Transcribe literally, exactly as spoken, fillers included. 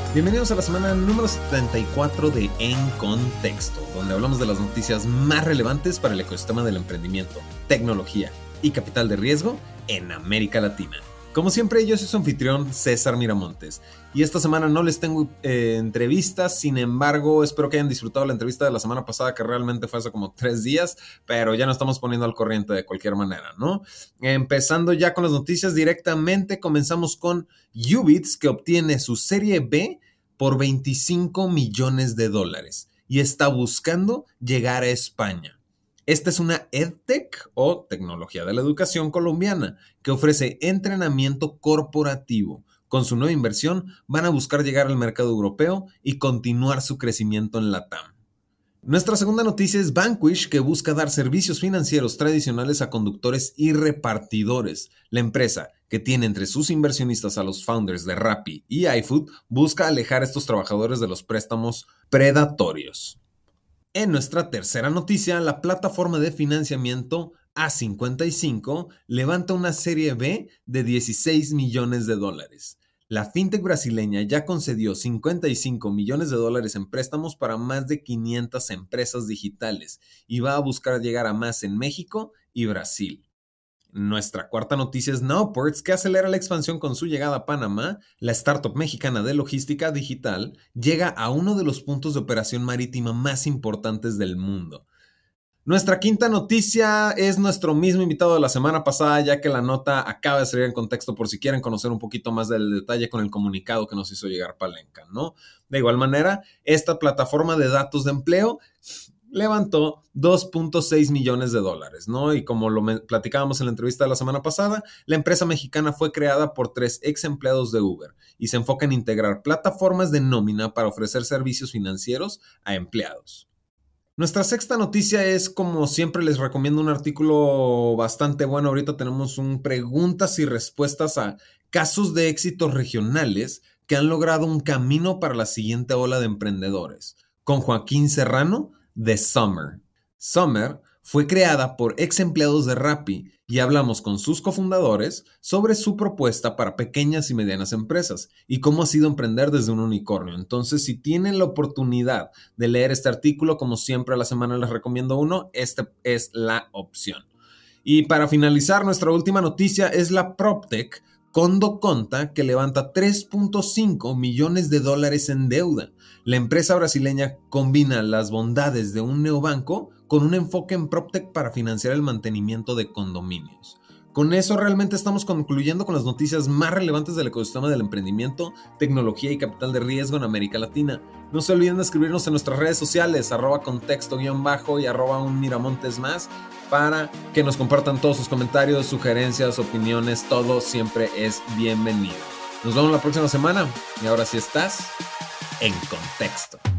Bienvenidos a la semana número setenta y cuatro de En Contexto, donde hablamos de las noticias más relevantes para el ecosistema del emprendimiento, tecnología y capital de riesgo en América Latina. Como siempre, yo soy su anfitrión César Miramontes y esta semana no les tengo eh, entrevistas, sin embargo espero que hayan disfrutado la entrevista de la semana pasada, que realmente fue hace como tres días, pero ya nos estamos poniendo al corriente de cualquier manera, ¿no? Empezando ya con las noticias directamente, comenzamos con Ubits, que obtiene su serie B por veinticinco millones de dólares y está buscando llegar a España. Esta es una EdTech o tecnología de la educación colombiana que ofrece entrenamiento corporativo. Con su nueva inversión van a buscar llegar al mercado europeo y continuar su crecimiento en LATAM. Nuestra segunda noticia es Vanquish, que busca dar servicios financieros tradicionales a conductores y repartidores. La empresa, que tiene entre sus inversionistas a los founders de Rappi y iFood, busca alejar a estos trabajadores de los préstamos predatorios. En nuestra tercera noticia, la plataforma de financiamiento A cincuenta y cinco levanta una serie B de dieciséis millones de dólares. La fintech brasileña ya concedió cincuenta y cinco millones de dólares en préstamos para más de quinientas empresas digitales y va a buscar llegar a más en México y Brasil. Nuestra cuarta noticia es Nowports, que acelera la expansión con su llegada a Panamá. La startup mexicana de logística digital llega a uno de los puntos de operación marítima más importantes del mundo. Nuestra quinta noticia es nuestro mismo invitado de la semana pasada, ya que la nota acaba de salir en contexto por si quieren conocer un poquito más del detalle con el comunicado que nos hizo llegar Palenca, ¿no? De igual manera, esta plataforma de datos de empleo levantó dos punto seis millones de dólares, ¿no? Y como lo platicábamos en la entrevista de la semana pasada, la empresa mexicana fue creada por tres ex empleados de Uber y se enfoca en integrar plataformas de nómina para ofrecer servicios financieros a empleados. Nuestra sexta noticia es, como siempre, les recomiendo un artículo bastante bueno. Ahorita tenemos un preguntas y respuestas a casos de éxitos regionales que han logrado un camino para la siguiente ola de emprendedores, con Joaquín Serrano de Summer. Summer fue creada por ex empleados de Rappi y hablamos con sus cofundadores sobre su propuesta para pequeñas y medianas empresas y cómo ha sido emprender desde un unicornio. Entonces, si tienen la oportunidad de leer este artículo, como siempre a la semana les recomiendo uno, esta es la opción. Y para finalizar, nuestra última noticia es la PropTech Condo Conta, que levanta tres punto cinco millones de dólares en deuda. La empresa brasileña combina las bondades de un neobanco con un enfoque en PropTech para financiar el mantenimiento de condominios. Con eso realmente estamos concluyendo con las noticias más relevantes del ecosistema del emprendimiento, tecnología y capital de riesgo en América Latina. No se olviden de escribirnos en nuestras redes sociales, arroba contexto guión bajo y arroba un miramontes más, para que nos compartan todos sus comentarios, sugerencias, opiniones, todo siempre es bienvenido. Nos vemos la próxima semana y ahora sí estás en contexto.